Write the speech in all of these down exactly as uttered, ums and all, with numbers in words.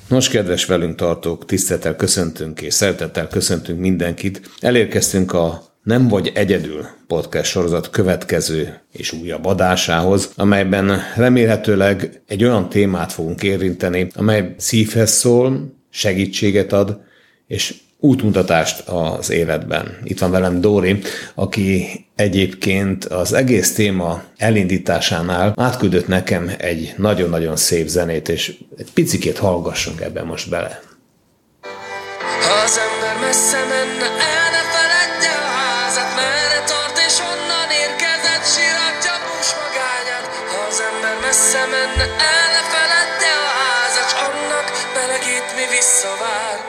Nos, kedves velünk tartók, tisztelettel köszöntünk és szeretettel köszöntünk mindenkit. Elérkeztünk a Nem vagy egyedül podcast sorozat következő és újabb adásához, amelyben remélhetőleg egy olyan témát fogunk érinteni, amely szívhez szól, segítséget ad és útmutatást az életben. Itt van velem Dóri, aki egyébként az egész téma elindításánál átküldött nekem egy nagyon-nagyon szép zenét, és egy picikét hallgassunk ebben most bele. Ha az ember messze menne, el ne feledje a házat, merre tart és honnan érkezett, síratja bús magányát. Ha az ember messze menne, el ne feledje a házat, s annak melegít mi visszavár.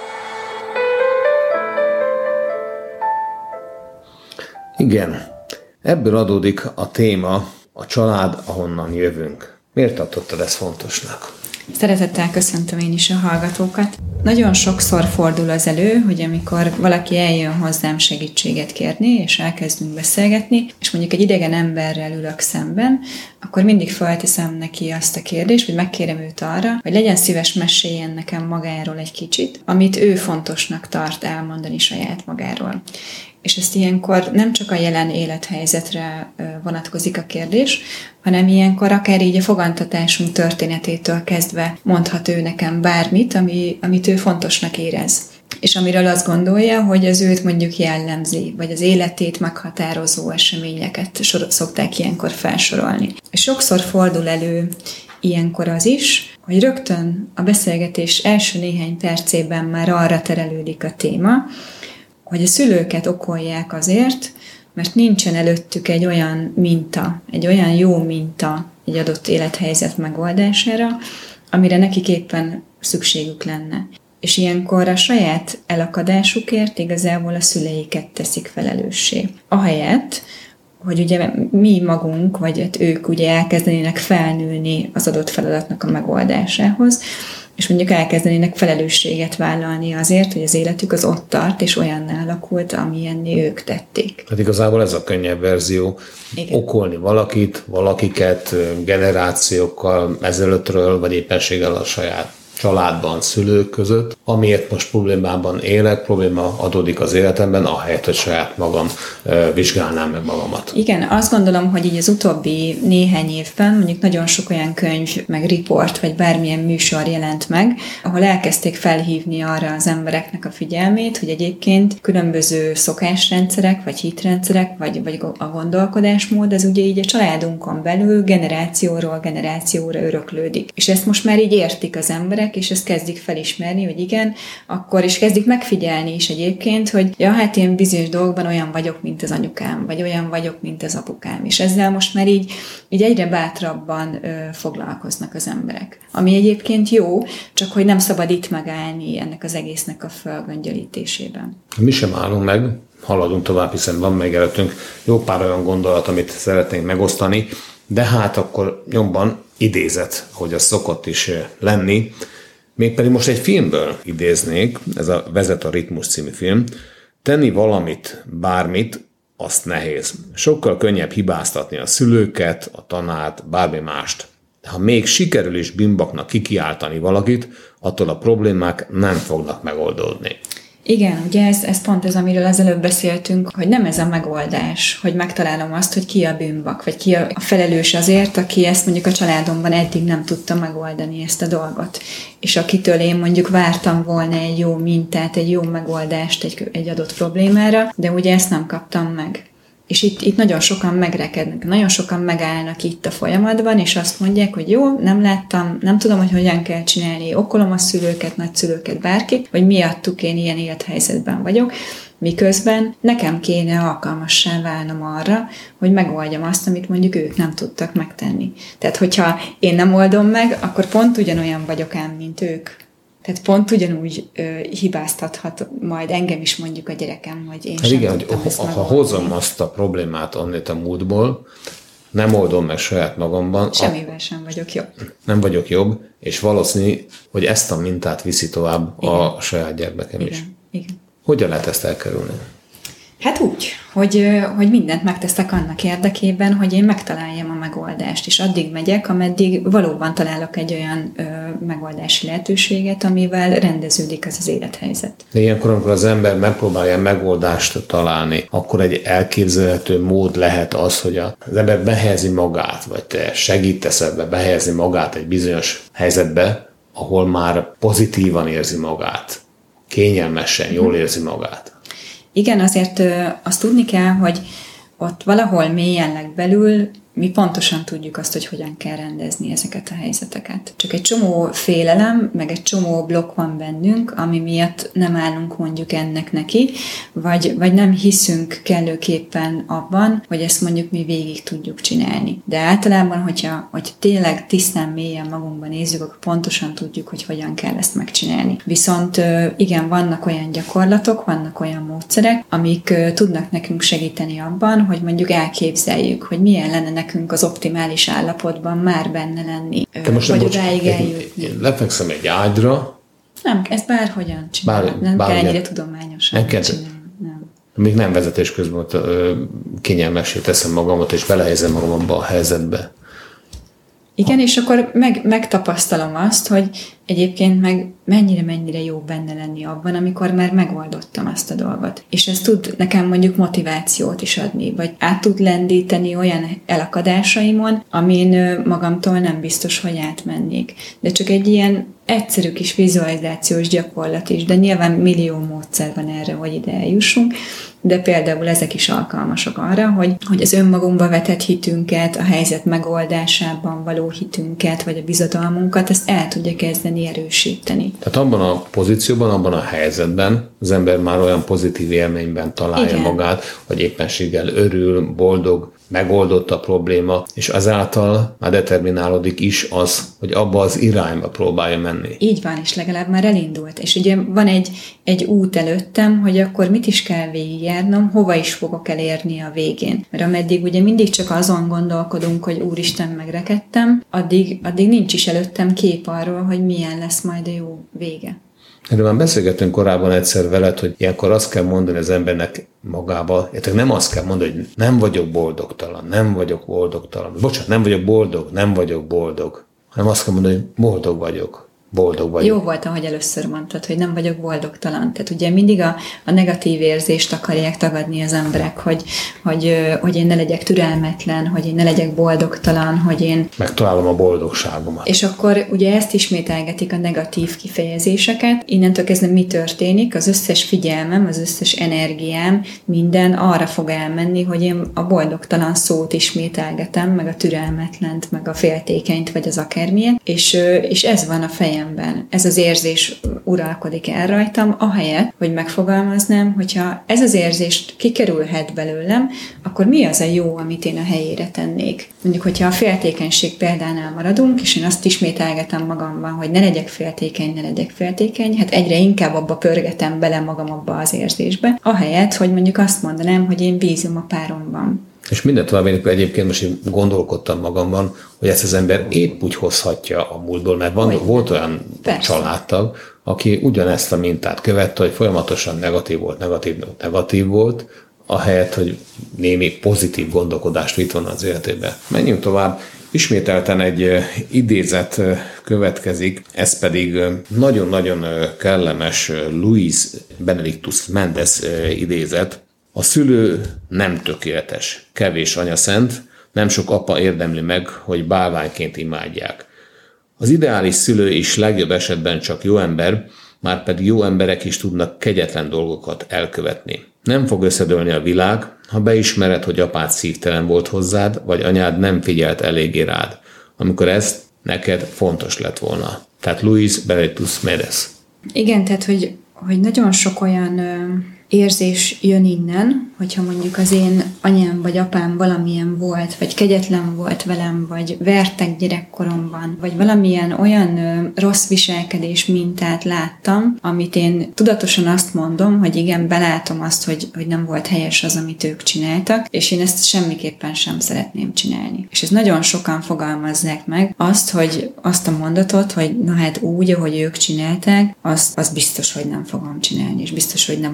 Igen, ebből adódik a téma, a család, ahonnan jövünk. Miért tartottad ezt fontosnak? Szeretettel köszöntöm én is a hallgatókat. Nagyon sokszor fordul az elő, hogy amikor valaki eljön hozzám segítséget kérni, és elkezdünk beszélgetni, és mondjuk egy idegen emberrel ülök szemben, akkor mindig felteszem neki azt a kérdést, hogy megkérem őt arra, hogy legyen szíves, meséljen nekem magáról egy kicsit, amit ő fontosnak tart elmondani saját magáról. És ezt ilyenkor nem csak a jelen élethelyzetre vonatkozik a kérdés, hanem ilyenkor akár így a fogantatásunk történetétől kezdve mondhat ő nekem bármit, ami, amit ő fontosnak érez. És amiről azt gondolja, hogy az őt mondjuk jellemzi, vagy az életét meghatározó eseményeket sor- szokták ilyenkor felsorolni. És sokszor fordul elő ilyenkor az is, hogy rögtön a beszélgetés első néhány percében már arra terelődik a téma, hogy a szülőket okolják azért, mert nincsen előttük egy olyan minta, egy olyan jó minta egy adott élethelyzet megoldására, amire nekik éppen szükségük lenne. És ilyenkor a saját elakadásukért igazából a szüleiket teszik felelőssé. Ahelyett, hogy ugye mi magunk, vagy hát ők ugye elkezdenének felnőni az adott feladatnak a megoldásához, és mondjuk elkezdenének felelősséget vállalni azért, hogy az életük az ott tart, és olyanná alakult, amilyenné ők tették. Hát igazából ez a könnyebb verzió. Igen. Okolni valakit, valakiket generációkkal ezelőttről, vagy éppenséggel a saját családban, szülők között, amiért most problémában élek, probléma adódik az életemben, ahelyett, hogy saját magam e, vizsgálnám meg magamat. Igen, azt gondolom, hogy így az utóbbi néhány évben mondjuk nagyon sok olyan könyv, meg riport, vagy bármilyen műsor jelent meg, ahol elkezdték felhívni arra az embereknek a figyelmét, hogy egyébként különböző szokásrendszerek, vagy hitrendszerek, vagy, vagy a gondolkodásmód, az ugye így a családunkon belül generációról generációra öröklődik. És ezt most már így értik az emberek, és ezt kezdik felismerni, hogy igen, akkor is kezdik megfigyelni is egyébként, hogy ja, hát én bizonyos dolgokban olyan vagyok, mint az anyukám, vagy olyan vagyok, mint az apukám. És ezzel most már így, így egyre bátrabban ö, foglalkoznak az emberek. Ami egyébként jó, csak hogy nem szabad itt megállni ennek az egésznek a fölgöngyölítésében. Mi sem állunk meg, haladunk tovább, hiszen van még előttünk jó pár olyan gondolat, amit szeretnénk megosztani, de hát akkor nyomban idézet, hogy az szokott is lenni. Mégpedig most egy filmből idéznék, ez a Vezet a ritmus című film. Tenni valamit, bármit, azt nehéz. Sokkal könnyebb hibáztatni a szülőket, a tanárt, bármi mást. De ha még sikerül is bimbaknak kikiáltani valakit, attól a problémák nem fognak megoldódni. Igen, ugye ez, ez pont ez, amiről az előbb beszéltünk, hogy nem ez a megoldás, hogy megtalálom azt, hogy ki a bűnbak, vagy ki a felelős azért, aki ezt mondjuk a családomban eddig nem tudta megoldani ezt a dolgot. És akitől én mondjuk vártam volna egy jó mintát, egy jó megoldást egy, egy adott problémára, de ugye ezt nem kaptam meg. És itt, itt nagyon sokan megrekednek, nagyon sokan megállnak itt a folyamatban, és azt mondják, hogy jó, nem láttam, nem tudom, hogy hogyan kell csinálni, okolom a szülőket, nagyszülőket, bárkit, vagy miattuk én ilyen élethelyzetben vagyok, miközben nekem kéne alkalmassá válnom arra, hogy megoldjam azt, amit mondjuk ők nem tudtak megtenni. Tehát, hogyha én nem oldom meg, akkor pont ugyanolyan vagyok ám, mint ők. Tehát pont ugyanúgy ö, hibáztathat majd engem is mondjuk a gyerekem, hogy én hát sem igen, tudtam hogy ezt ha megoldani. hozom azt a problémát onnét a múltból, nem oldom meg saját magamban. Semmivel a, sem vagyok jobb. Nem vagyok jobb, és valószínű, hogy ezt a mintát viszi tovább igen. a saját gyermekem igen. is. Igen. Hogyan lehet ezt elkerülni? Hát úgy, hogy, hogy mindent megteszek annak érdekében, hogy én megtaláljam a megoldást, és addig megyek, ameddig valóban találok egy olyan ö, megoldási lehetőséget, amivel rendeződik az az élethelyzet. De ilyenkor, amikor az ember megpróbálja megoldást találni, akkor egy elképzelhető mód lehet az, hogy az ember behelyezi magát, vagy te segítesz ebbe behelyezni magát egy bizonyos helyzetbe, ahol már pozitívan érzi magát, kényelmesen, jól érzi magát. Igen, azért azt tudni kell, hogy ott valahol mélyen legbelül mi pontosan tudjuk azt, hogy hogyan kell rendezni ezeket a helyzeteket. Csak egy csomó félelem, meg egy csomó blokk van bennünk, ami miatt nem állunk mondjuk ennek neki, vagy, vagy nem hiszünk kellőképpen abban, hogy ezt mondjuk mi végig tudjuk csinálni. De általában, hogyha, hogyha tényleg tisztán mélyen magunkban nézzük, akkor pontosan tudjuk, hogy hogyan kell ezt megcsinálni. Viszont igen, vannak olyan gyakorlatok, vannak olyan módszerek, amik tudnak nekünk segíteni abban, hogy mondjuk elképzeljük, hogy milyen lenne nekünk az optimális állapotban már benne lenni, te most vagy bocs, odáig én, eljutni. Én lefekszem egy ágyra. Nem, ezt bárhogyan csinálni. Bár, nem bár kell ennyire ugye, tudományosan nem kell, csinálni. Nem. Még nem vezetés közben ott, ö, kényelmessé teszem magamat, és belehelyezem magam abba a helyzetbe. Igen, és akkor meg, megtapasztalom azt, hogy egyébként meg mennyire-mennyire jó benne lenni abban, amikor már megoldottam azt a dolgot. És ez tud nekem mondjuk motivációt is adni, vagy át tud lendíteni olyan elakadásaimon, amin magamtól nem biztos, hogy átmennék. De csak egy ilyen egyszerű kis vizualizációs gyakorlat is, de nyilván millió módszer van erre, hogy ide eljussunk, de például ezek is alkalmasak arra, hogy, hogy az önmagunkba vetett hitünket, a helyzet megoldásában való hitünket, vagy a bizodalmunkat, ezt el tudja kezdeni erősíteni. Tehát abban a pozícióban, abban a helyzetben az ember már olyan pozitív élményben találja Igen. magát, hogy éppenséggel örül, boldog, megoldott a probléma, és azáltal már determinálódik is az, hogy abba az irányba próbálja menni. Így van, és legalább már elindult. És ugye van egy, egy út előttem, hogy akkor mit is kell végigjárnom, hova is fogok elérni a végén. Mert ameddig ugye mindig csak azon gondolkodunk, hogy úristen, megrekedtem, addig, addig nincs is előttem kép arról, hogy milyen lesz majd a jó vége. Erről már beszélgettünk korábban egyszer veled, hogy ilyenkor azt kell mondani az embernek magába, értek nem azt kell mondani, hogy nem vagyok boldogtalan, nem vagyok boldogtalan, bocsánat, nem vagyok boldog, nem vagyok boldog, hanem azt kell mondani, hogy boldog vagyok. Boldog vagyok. Jó volt, ahogy először mondtad, hogy nem vagyok boldogtalan. Tehát ugye mindig a, a negatív érzést akarják tagadni az emberek, hogy, hogy, hogy én ne legyek türelmetlen, hogy én ne legyek boldogtalan, hogy én... Megtalálom a boldogságomat. És akkor ugye ezt ismételgetik a negatív kifejezéseket. Innentől kezdve mi történik? Az összes figyelmem, az összes energiám, minden arra fog elmenni, hogy én a boldogtalan szót ismételgetem, meg a türelmetlent, meg a féltékenyt, vagy az akármilyen. És, és ez van a fejem. Ez az érzés uralkodik el rajtam, ahelyett, hogy megfogalmaznám, hogyha ez az érzés kikerülhet belőlem, akkor mi az a jó, amit én a helyére tennék. Mondjuk, hogyha a féltékenység példánál maradunk, és én azt ismételgetem magamban, hogy ne legyek féltékeny, ne legyek féltékeny, hát egyre inkább abba pörgetem bele magam abba az érzésbe, ahelyett, hogy mondjuk azt mondanám, hogy én bízom a páromban. És minden tovább én egyébként most én gondolkodtam magamban, hogy ezt az ember épp úgy hozhatja a múltból, mert van, Olyan. volt olyan Persze. családtag, aki ugyanezt a mintát követte, hogy folyamatosan negatív volt, negatív, negatív volt, ahelyett, hogy némi pozitív gondolkodást vitt volna az életébe. Menjünk tovább. Ismételten egy idézet következik, ez pedig nagyon-nagyon kellemes Luis Benedictus Mendes idézet. A szülő nem tökéletes, kevés anyaszent, nem sok apa érdemli meg, hogy bálványként imádják. Az ideális szülő is legjobb esetben csak jó ember, márpedig jó emberek is tudnak kegyetlen dolgokat elkövetni. Nem fog összedőlni a világ, ha beismered, hogy apád szívtelen volt hozzád, vagy anyád nem figyelt eléggé rád, amikor ez neked fontos lett volna. Tehát Luis Benedictus Mendes. Igen, tehát hogy, hogy nagyon sok olyan... Ö... érzés jön innen, hogyha mondjuk az én anyám vagy apám valamilyen volt, vagy kegyetlen volt velem, vagy vertek gyerekkoromban, vagy valamilyen olyan ö, rossz viselkedés mintát láttam, amit én tudatosan azt mondom, hogy igen, belátom azt, hogy, hogy nem volt helyes az, amit ők csináltak, és én ezt semmiképpen sem szeretném csinálni. És ez nagyon sokan fogalmazzák meg azt, hogy azt a mondatot, hogy na hát úgy, ahogy ők csinálták, az, az biztos, hogy nem fogom csinálni, és biztos, hogy nem akarom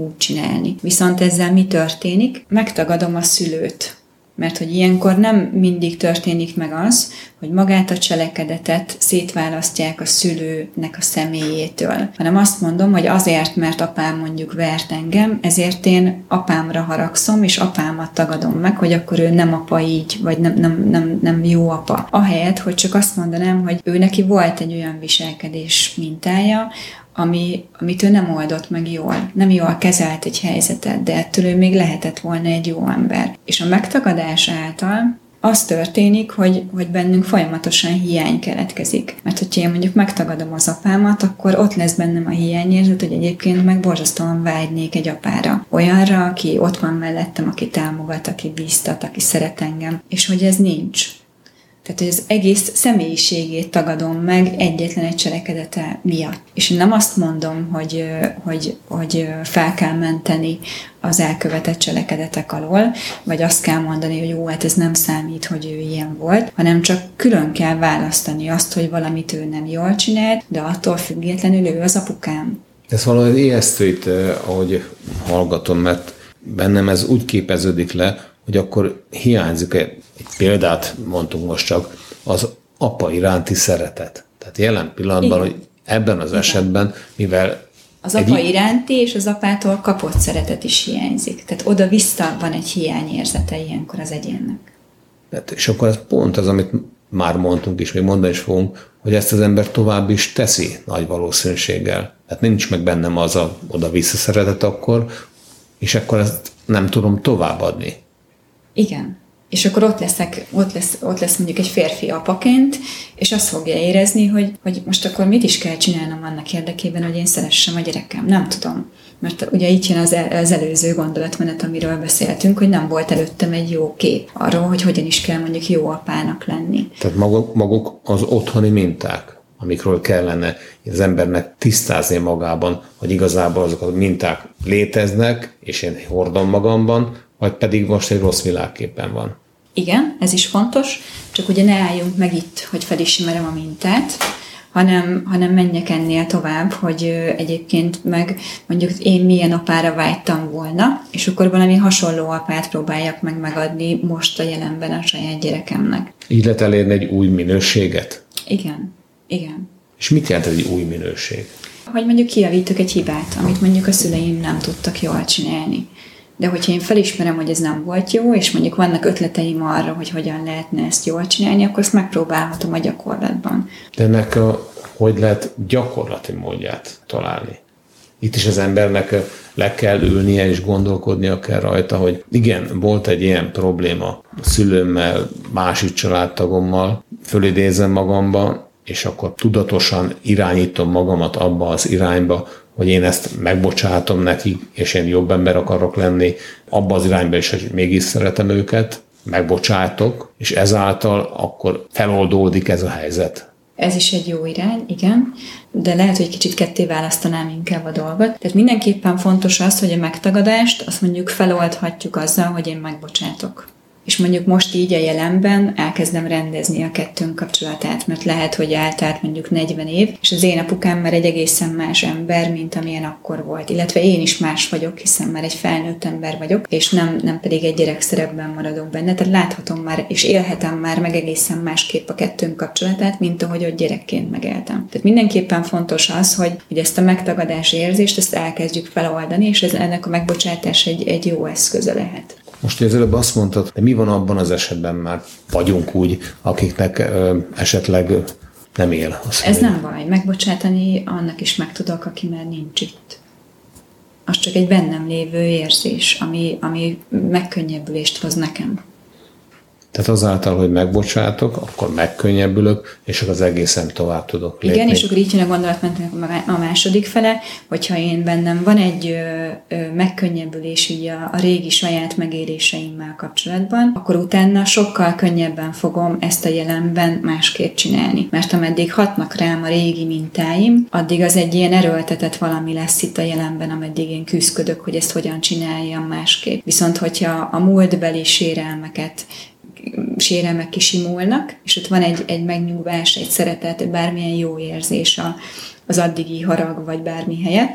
úgy csinálni. Viszont ezzel mi történik? Megtagadom a szülőt. Mert hogy ilyenkor nem mindig történik meg az, hogy magát a cselekedetet szétválasztják a szülőnek a személyétől, hanem azt mondom, hogy azért, mert apám mondjuk vert engem, ezért én apámra haragszom, és apámat tagadom meg, hogy akkor ő nem apa így, vagy nem, nem, nem, nem jó apa. Ahelyett, hogy csak azt mondanám, hogy ő neki volt egy olyan viselkedés mintája, Ami, amit ő nem oldott meg jól, nem jól kezelt egy helyzetet, de ettől ő még lehetett volna egy jó ember. És a megtagadás által az történik, hogy, hogy bennünk folyamatosan hiány keletkezik. Mert hogyha én mondjuk megtagadom az apámat, akkor ott lesz bennem a hiányérzet, hogy egyébként meg borzasztóan vágynék egy apára. Olyanra, aki ott van mellettem, aki támogat, aki bíztat, aki szeret engem. És hogy ez nincs. Tehát, hogy az egész személyiségét tagadom meg egyetlen egy cselekedete miatt. És én nem azt mondom, hogy, hogy, hogy fel kell menteni az elkövetett cselekedetek alól, vagy azt kell mondani, hogy jó, hát ez nem számít, hogy ő ilyen volt, hanem csak külön kell választani azt, hogy valamit ő nem jól csinált, de attól függetlenül ő az apukám. Ez valahogy ijesztő itt, ahogy hallgatom, mert bennem ez úgy képeződik le, hogy akkor hiányzik egy példát, mondtunk most csak, az apa iránti szeretet. Tehát jelen pillanatban, igen, hogy ebben az Igen. esetben, mivel az apa egy... iránti és az apától kapott szeretet is hiányzik. Tehát oda-vissza van egy hiányérzete ilyenkor az egyénnek. Hát, és akkor ez pont az, amit már mondtunk is, még mondani is fogunk, hogy ezt az ember tovább is teszi nagy valószínűséggel. Tehát nincs meg bennem az a oda-vissza szeretet akkor, és akkor ezt nem tudom továbbadni. Igen. És akkor ott, leszek, ott, lesz, ott lesz mondjuk egy férfi apaként, és azt fogja érezni, hogy, hogy most akkor mit is kell csinálnom annak érdekében, hogy én szeressem a gyerekem. Nem tudom. Mert ugye itt jön az, el, az előző gondolatmenet, amiről beszéltünk, hogy nem volt előttem egy jó kép arról, hogy hogyan is kell mondjuk jó apának lenni. Tehát maguk, maguk az otthoni minták, amikről kellene az embernek tisztázni magában, hogy igazából azok a minták léteznek, és én hordom magamban, vagy pedig most egy rossz világképen van. Igen, ez is fontos, csak ugye ne álljunk meg itt, hogy felismerem a mintát, hanem, hanem menjek ennél tovább, hogy egyébként meg mondjuk én milyen apára vágytam volna, és akkor valami hasonló apát próbáljak meg megadni most a jelenben a saját gyerekemnek. Így lehet elérni egy új minőséget? Igen, igen. És mit jelent egy új minőség? Hogy mondjuk kijavítok egy hibát, amit mondjuk a szüleim nem tudtak jól csinálni. De hogyha én felismerem, hogy ez nem volt jó, és mondjuk vannak ötleteim arra, hogy hogyan lehetne ezt jól csinálni, akkor ezt megpróbálhatom a gyakorlatban. De ennek a, hogy lehet gyakorlati módját találni? Itt is az embernek le kell ülnie és gondolkodnia kell rajta, hogy igen, volt egy ilyen probléma a szülőmmel, másik családtagommal, fölidézem magamba, és akkor tudatosan irányítom magamat abba az irányba, hogy én ezt megbocsátom nekik, és én jobb ember akarok lenni, abba az irányba is, hogy mégis szeretem őket, megbocsátok, és ezáltal akkor feloldódik ez a helyzet. Ez is egy jó irány, igen, de lehet, hogy kicsit ketté választanám inkább a dolgot. Tehát mindenképpen fontos az, hogy a megtagadást azt mondjuk feloldhatjuk azzal, hogy én megbocsátok. És mondjuk most így a jelenben elkezdem rendezni a kettőnk kapcsolatát, mert lehet, hogy eltelt mondjuk negyven év, és az én apukám már egy egészen más ember, mint amilyen akkor volt. Illetve én is más vagyok, hiszen már egy felnőtt ember vagyok, és nem, nem pedig egy gyerek szerepben maradok benne. Tehát láthatom már, és élhetem már meg egészen másképp a kettőnk kapcsolatát, mint ahogy ott gyerekként megéltem. Tehát mindenképpen fontos az, hogy, hogy ezt a megtagadás érzést, ezt elkezdjük feloldani, és ez, ennek a megbocsátás egy, egy jó eszköze lehet. Most az előbb azt mondtad, de mi van abban az esetben, már vagyunk úgy, akiknek ö, esetleg nem él a szülő? Ez nem baj, megbocsátani annak is meg tudok, aki már nincs itt. Az csak egy bennem lévő érzés, ami, ami megkönnyebbülést hoz nekem. Tehát azáltal, hogy megbocsátok, akkor megkönnyebbülök, és az egészen tovább tudok lépni. Igen, és akkor így jön a gondolatmenetnek a második fele, hogyha én bennem van egy ö, ö, megkönnyebbülés így a, a régi saját megéréseimmel kapcsolatban, akkor utána sokkal könnyebben fogom ezt a jelenben másképp csinálni. Mert ameddig hatnak rám a régi mintáim, addig az egy ilyen erőltetett valami lesz itt a jelenben, ameddig én küzdködök, hogy ezt hogyan csináljam másképp. Viszont, hogyha a múltbeli sérelmeket sérelmek kisimulnak, és ott van egy, egy megnyugvás, egy szeretet, bármilyen jó érzés az addigi harag, vagy bármi helyett,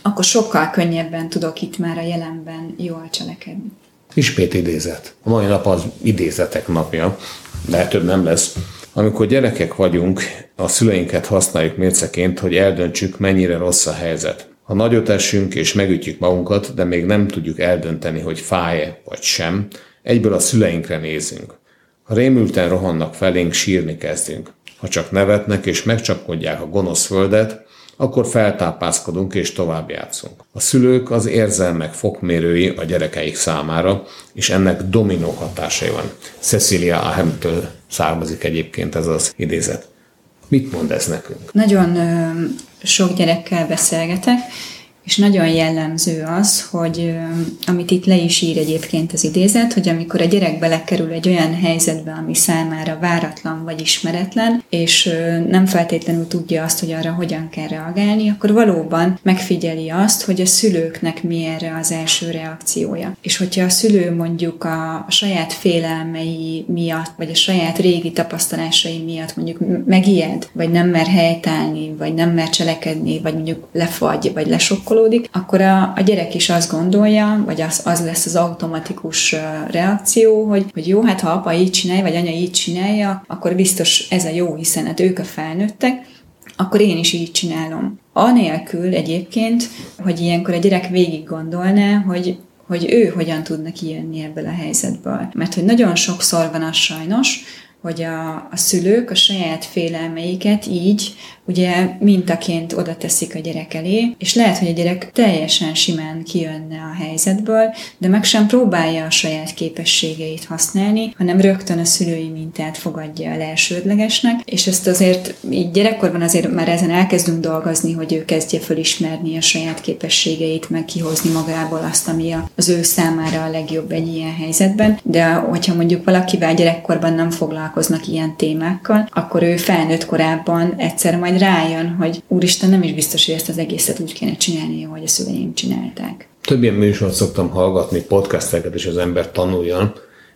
akkor sokkal könnyebben tudok itt már a jelenben jól cselekedni. Ismét idézet. A mai nap az idézetek napja, de több nem lesz. Amikor gyerekek vagyunk, a szüleinket használjuk mérceként, hogy eldöntsük, mennyire rossz a helyzet. Ha nagyot esünk és megütjük magunkat, de még nem tudjuk eldönteni, hogy fáj-e vagy sem, egyből a szüleinkre nézünk. Ha rémülten rohannak felénk, sírni kezdünk. Ha csak nevetnek és megcsapkodják a gonosz földet, akkor feltápászkodunk és tovább játszunk. A szülők az érzelmek fokmérői a gyerekeik számára, és ennek dominó hatásai van. Cecilia Ahern-től származik egyébként ez az idézet. Mit mond ez nekünk? Nagyon ö, sok gyerekkel beszélgetek, és nagyon jellemző az, hogy amit itt le is ír egyébként az idézet, hogy amikor a gyerek belekerül egy olyan helyzetbe, ami számára váratlan vagy ismeretlen, és nem feltétlenül tudja azt, hogy arra hogyan kell reagálni, akkor valóban megfigyeli azt, hogy a szülőknek mi erre az első reakciója. És hogyha a szülő mondjuk a, a saját félelmei miatt, vagy a saját régi tapasztalásai miatt mondjuk megijed, vagy nem mer helytállni, vagy nem mer cselekedni, vagy mondjuk lefagy, vagy lesokkol, akkor a, a gyerek is azt gondolja, vagy az, az lesz az automatikus reakció, hogy, hogy jó, hát ha apa így csinálja, vagy anya így csinálja, akkor biztos ez a jó, hiszen hát ők a felnőttek, akkor én is így csinálom. Anélkül egyébként, hogy ilyenkor a gyerek végig gondolná, hogy hogy ő hogyan tudna kijönni ebből a helyzetből. Mert hogy nagyon sokszor van az sajnos, hogy a, a szülők a saját félelmeiket így ugye mintaként oda teszik a gyerek elé, és lehet, hogy a gyerek teljesen simán kijönne a helyzetből, de meg sem próbálja a saját képességeit használni, hanem rögtön a szülői mintát fogadja el elsődlegesnek, és ezt azért így gyerekkorban azért már ezen elkezdünk dolgozni, hogy ő kezdje felismerni a saját képességeit, meg kihozni magából azt, ami az ő számára a legjobb egy ilyen helyzetben, de hogyha mondjuk valakivel gyerekkorban nem foglalkoznak ilyen témákkal, akkor ő felnőtt korában egyszer majd rájön, hogy úristen, nem is biztos, hogy ezt az egészet úgy kéne csinálni, ahogy a szüleim csinálták. Több ilyen műsort szoktam hallgatni, podcasteket is az ember tanuljon,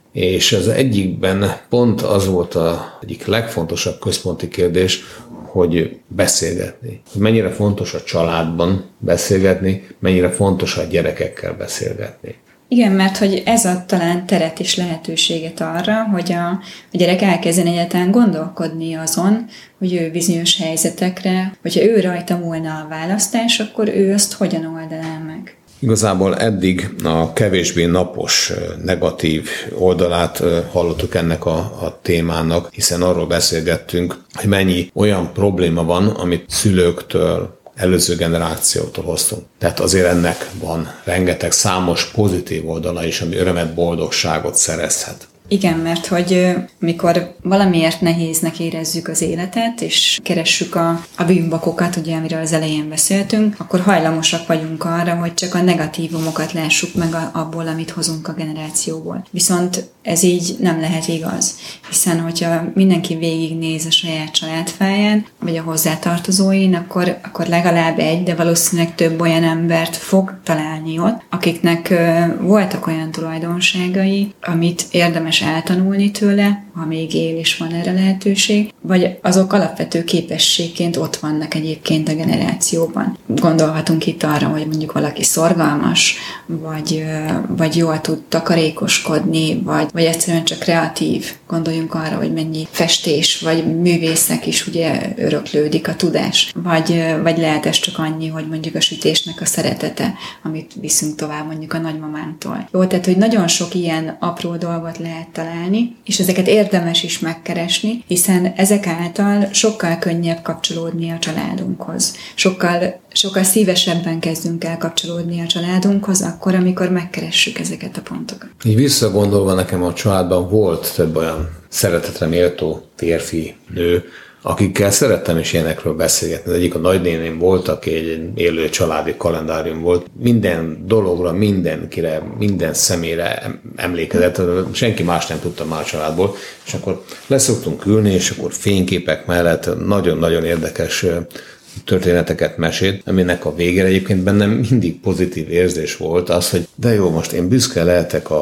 és az egyikben pont az volt az egyik legfontosabb központi kérdés, hogy beszélgetni. Hogy mennyire fontos a családban beszélgetni, mennyire fontos a gyerekekkel beszélgetni. Igen, mert hogy ez ad talán teret és lehetőséget arra, hogy a, a gyerek elkezden egyáltalán gondolkodni azon, hogy ő bizonyos helyzetekre, hogyha ő rajta múlna a választás, akkor ő azt hogyan oldaná meg. Igazából eddig a kevésbé napos, negatív oldalát hallottuk ennek a, a témának, hiszen arról beszélgettünk, hogy mennyi olyan probléma van, amit szülőktől, előző generációtól hoztunk. Tehát azért ennek van rengeteg számos pozitív oldala is, ami örömet, boldogságot szerezhet. Igen, mert hogy mikor valamiért nehéznek érezzük az életet, és keressük a, a bűnbakokat, ugye, amiről az elején beszéltünk, akkor hajlamosak vagyunk arra, hogy csak a negatívumokat lássuk meg a, abból, amit hozunk a generációból. Viszont ez így nem lehet igaz, hiszen hogyha mindenki végignéz a saját családfáján, vagy a hozzátartozóin, akkor, akkor legalább egy, de valószínűleg több olyan embert fog találni ott, akiknek uh, voltak olyan tulajdonságai, amit érdemes eltanulni tőle, ha még él és van erre lehetőség, vagy azok alapvető képességként ott vannak egyébként a generációban. Gondolhatunk itt arra, hogy mondjuk valaki szorgalmas, vagy, vagy jól tud takarékoskodni, vagy, vagy egyszerűen csak kreatív. Gondoljunk arra, hogy mennyi festés, vagy művésznek is ugye öröklődik a tudás. Vagy, vagy lehet ez csak annyi, hogy mondjuk a sütésnek a szeretete, amit viszünk tovább mondjuk a nagymamánktól. Jó, tehát, hogy nagyon sok ilyen apró dolgot lehet találni, és ezeket érdemes is megkeresni, hiszen ezek által sokkal könnyebb kapcsolódni a családunkhoz. Sokkal, sokkal szívesebben kezdünk el kapcsolódni a családunkhoz, akkor, amikor megkeressük ezeket a pontokat. Így visszagondolva nekem a családban volt több olyan szeretetre méltó férfi, nő, akikkel szerettem is ilyenekről beszélgetni. Az egyik a nagynéném volt, aki egy élő családi kalendárium volt. Minden dologra, mindenkire, minden személyre emlékezett. Senki más nem tudta már a családból. És akkor leszoktunk ülni, és akkor fényképek mellett nagyon-nagyon érdekes történeteket mesélt, aminek a végére egyébként bennem mindig pozitív érzés volt az, hogy de jó, most én büszke lehetek a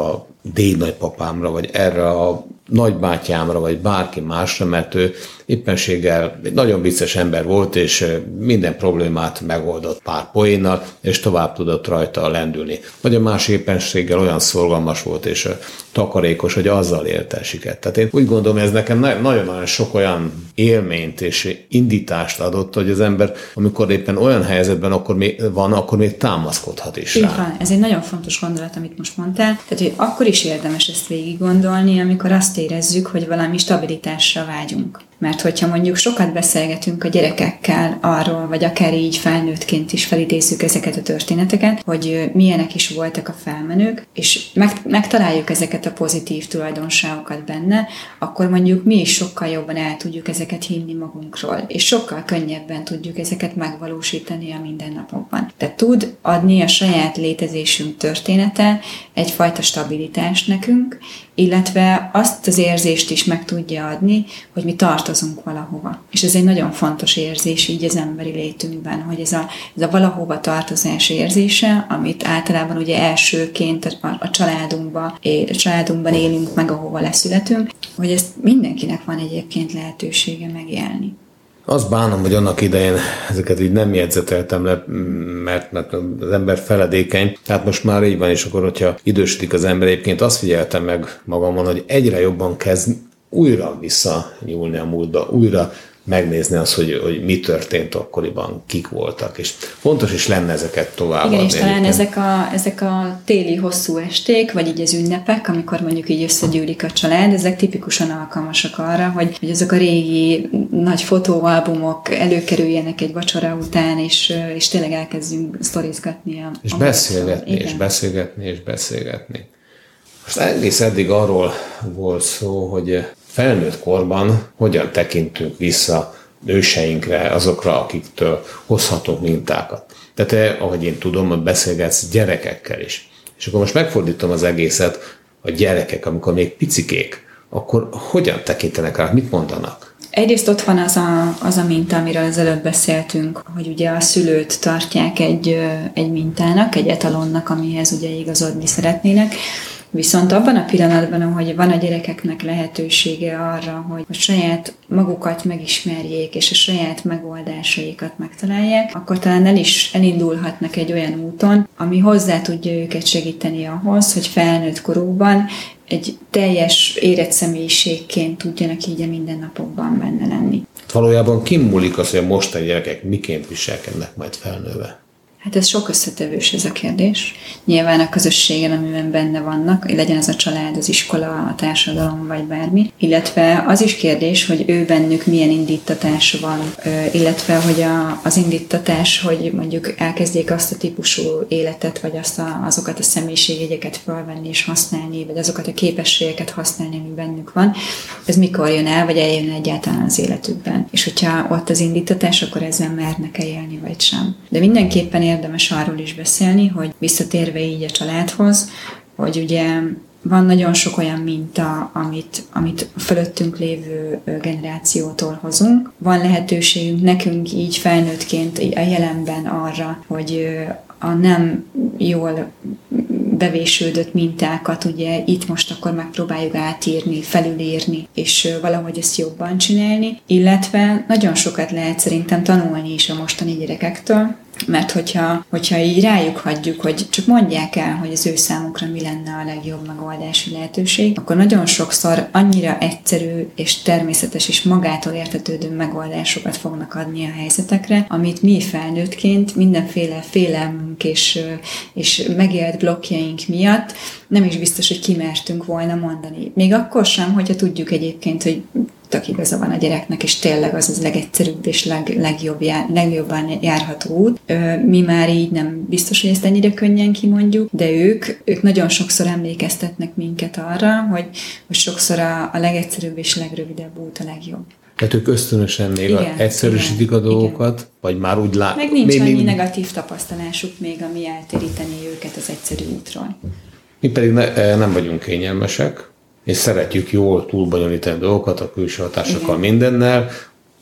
dédnagypapámra, vagy erre a nagybátyámra, vagy bárki másra, mert ő éppenséggel egy nagyon vicces ember volt, és minden problémát megoldott pár poénnal, és tovább tudott rajta lendülni. Vagy a másik éppenséggel olyan szorgalmas volt, és takarékos, hogy azzal élte sikert. Tehát én úgy gondolom, ez nekem nagyon-nagyon sok olyan élményt és indítást adott, hogy az ember, amikor éppen olyan helyzetben akkor még van, akkor még támaszkodhat is rá. Így van, ez egy nagyon fontos gondolat, amit most mondtál. Tehát, hogy akkor is érdemes ezt végig gondolni, amikor azt érezzük, hogy valami stabilitásra vágyunk. Mert hogyha mondjuk sokat beszélgetünk a gyerekekkel arról, vagy akár így felnőttként is felidézzük ezeket a történeteket, hogy milyenek is voltak a felmenők, és megtaláljuk ezeket a pozitív tulajdonságokat benne, akkor mondjuk mi is sokkal jobban el tudjuk ezeket hinni magunkról, és sokkal könnyebben tudjuk ezeket megvalósítani a mindennapokban. Tehát tud adni a saját létezésünk története egyfajta stabilitást nekünk, illetve azt az érzést is meg tudja adni, hogy mi tartozunk valahova. És ez egy nagyon fontos érzés így az emberi létünkben, hogy ez a, ez a valahova tartozás érzése, amit általában ugye elsőként a, a családunkban, a családunkban élünk meg, ahova leszületünk, hogy ezt mindenkinek van egyébként lehetősége megélni. Azt bánom, hogy annak idején ezeket így nem jegyzeteltem le, mert, mert az ember feledékeny. Tehát most már így van, és akkor, hogyha idősödik az ember, egyébként azt figyeltem meg magamon, hogy egyre jobban kezd újra visszanyúlni a múltba, újra megnézni azt, hogy, hogy mi történt akkoriban, kik voltak, és fontos is lenne ezeket tovább. Igen, és talán ezek a, ezek a téli hosszú esték, vagy így az ünnepek, amikor mondjuk így összegyűlik a család, ezek tipikusan alkalmasak arra, hogy, hogy azok a régi nagy fotóalbumok előkerüljenek egy vacsora után, és, és tényleg elkezdjünk sztorizgatni. A, és a beszélgetni, és beszélgetni, és beszélgetni. Most egész eddig arról volt szó, hogy felnőtt korban hogyan tekintünk vissza őseinkre, azokra, akiktől hozhatunk mintákat. Tehát te, ahogy én tudom, beszélgetsz gyerekekkel is. És akkor most megfordítom az egészet, a gyerekek, amikor még picikék, akkor hogyan tekintenek rá, mit mondanak? Egyrészt ott van az a, az a minta, amiről az előbb beszéltünk, hogy ugye a szülőt tartják egy, egy mintának, egy etalonnak, amihez ugye igazodni szeretnének. Viszont abban a pillanatban, hogy van a gyerekeknek lehetősége arra, hogy a saját magukat megismerjék, és a saját megoldásaikat megtalálják, akkor talán el is elindulhatnak egy olyan úton, ami hozzá tudja őket segíteni ahhoz, hogy felnőtt korukban egy teljes érett személyiségként tudjanak így a mindennapokban benne lenni. Valójában kimúlik az, hogy a mostani gyerekek miként viselkednek majd felnőve? Hát ez sok összetevős ez a kérdés. Nyilván a közösségen, amiben benne vannak, legyen az a család, az iskola, a társadalom, vagy bármi. Illetve az is kérdés, hogy ő bennük milyen indítatás van, illetve hogy a, az indítatás, hogy mondjuk elkezdjék azt a típusú életet, vagy azt a, azokat a személyiségjegyeket felvenni és használni, vagy azokat a képességeket használni, ami bennük van, ez mikor jön el, vagy eljön egyáltalán az életükben. És hogyha ott az indítatás, akkor ezzel mernek-e élni, vagy sem. De mindenképpen érdemes arról is beszélni, hogy visszatérve így a családhoz, hogy ugye van nagyon sok olyan minta, amit, amit a fölöttünk lévő generációtól hozunk. Van lehetőségünk nekünk így felnőttként a jelenben arra, hogy a nem jól bevésődött mintákat ugye itt most akkor megpróbáljuk átírni, felülírni, és valahogy ezt jobban csinálni, illetve nagyon sokat lehet szerintem tanulni is a mostani gyerekektől, mert hogyha, hogyha így rájuk hagyjuk, hogy csak mondják el, hogy az ő számukra mi lenne a legjobb megoldási lehetőség, akkor nagyon sokszor annyira egyszerű és természetes és magától értetődő megoldásokat fognak adni a helyzetekre, amit mi felnőttként mindenféle félelmünk és, és megélt blokkjaink miatt nem is biztos, hogy kimertünk volna mondani. Még akkor sem, hogyha tudjuk egyébként, hogy tök igaza van a gyereknek, és tényleg az az legegyszerűbb és leg, legjobb jár, legjobban járható út. Mi már így nem biztos, hogy ezt ennyire könnyen kimondjuk, de ők, ők nagyon sokszor emlékeztetnek minket arra, hogy, hogy sokszor a, a legegyszerűbb és legrövidebb út a legjobb. Tehát ők ösztönösen még igen, egyszerűsítik igen, a dolgokat, igen. Vagy már úgy lát... Meg nincs még, annyi még... negatív tapasztalásuk még, ami eltéríteni őket az egyszerű útról. Mi pedig ne, nem vagyunk kényelmesek, és szeretjük jól túlbonyolítani dolgokat a külső hatásokkal mindennel,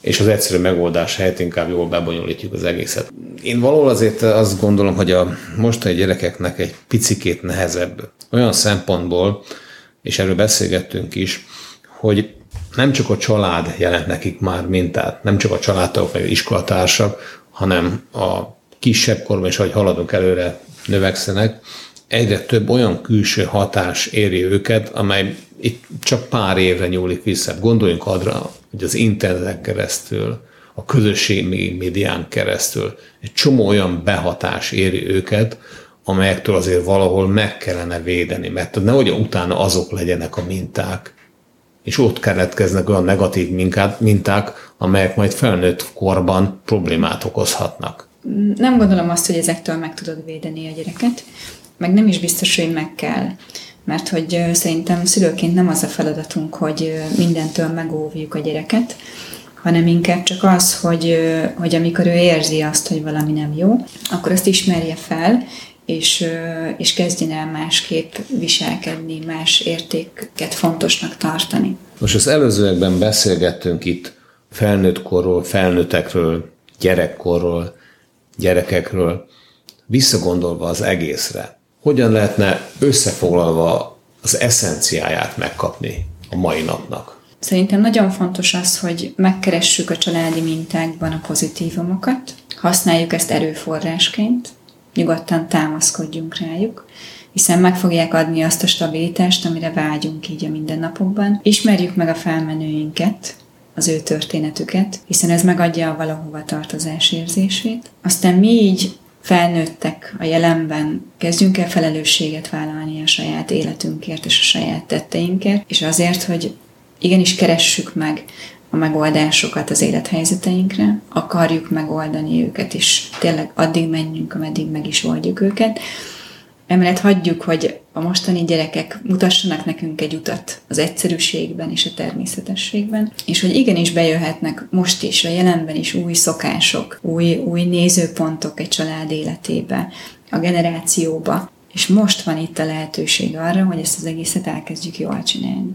és az egyszerű megoldás helyett inkább jól bebonyolítjuk az egészet. Én valahol azért azt gondolom, hogy a mostani gyerekeknek egy picikét nehezebb. Olyan szempontból, és erről beszélgettünk is, hogy nem csak a család jelent nekik már mintát, nem csak a családtagok vagy iskolatársak, hanem a kisebb korban is, ahogy haladunk előre, növekszenek, egyre több olyan külső hatás éri őket, amely itt csak pár évre nyúlik vissza. Gondoljunk arra, hogy az interneten keresztül, a közösségi médián keresztül egy csomó olyan behatás éri őket, amelyektől azért valahol meg kellene védeni, mert nehogy utána azok legyenek a minták, és ott keletkeznek olyan negatív minták, amelyek majd felnőtt korban problémát okozhatnak. Nem gondolom azt, hogy ezektől meg tudod védeni a gyereket, meg nem is biztos, hogy meg kell. Mert hogy szerintem szülőként nem az a feladatunk, hogy mindentől megóvjuk a gyereket, hanem inkább csak az, hogy, hogy amikor ő érzi azt, hogy valami nem jó, akkor azt ismerje fel, és, és kezdjen el másképp viselkedni, más értéket fontosnak tartani. Most az előzőekben beszélgettünk itt felnőtt korról, felnőttekről, gyerekkorról, gyerekekről, visszagondolva az egészre. Hogyan lehetne összefoglalva az eszenciáját megkapni a mai napnak? Szerintem nagyon fontos az, hogy megkeressük a családi mintákban a pozitívumokat, használjuk ezt erőforrásként, nyugodtan támaszkodjunk rájuk, hiszen meg fogják adni azt a stabilitást, amire vágyunk így a mindennapokban. Ismerjük meg a felmenőinket, az ő történetüket, hiszen ez megadja a valahova tartozás érzését. Aztán mi így felnőttek a jelenben, kezdjünk el felelősséget vállalni a saját életünkért és a saját tetteinkért, és azért, hogy igenis keressük meg a megoldásokat az élethelyzeteinkre, akarjuk megoldani őket, és tényleg addig menjünk, ameddig meg is oldjuk őket. Emellett hagyjuk, hogy a mostani gyerekek mutassanak nekünk egy utat az egyszerűségben és a természetességben, és hogy igenis bejöhetnek most is, a jelenben is új szokások, új, új nézőpontok egy család életébe, a generációba, és most van itt a lehetőség arra, hogy ezt az egészet elkezdjük jól csinálni.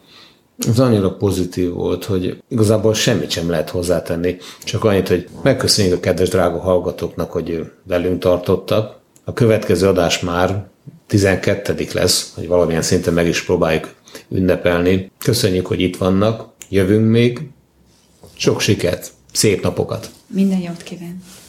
Ez annyira pozitív volt, hogy igazából semmit sem lehet hozzátenni, csak annyit, hogy megköszönjük a kedves drága hallgatóknak, hogy velünk tartottak. A következő adás már tizenkettedik lesz, hogy valamilyen szinten meg is próbáljuk ünnepelni. Köszönjük, hogy itt vannak, jövünk még. Sok sikert, szép napokat! Minden jót kívánok!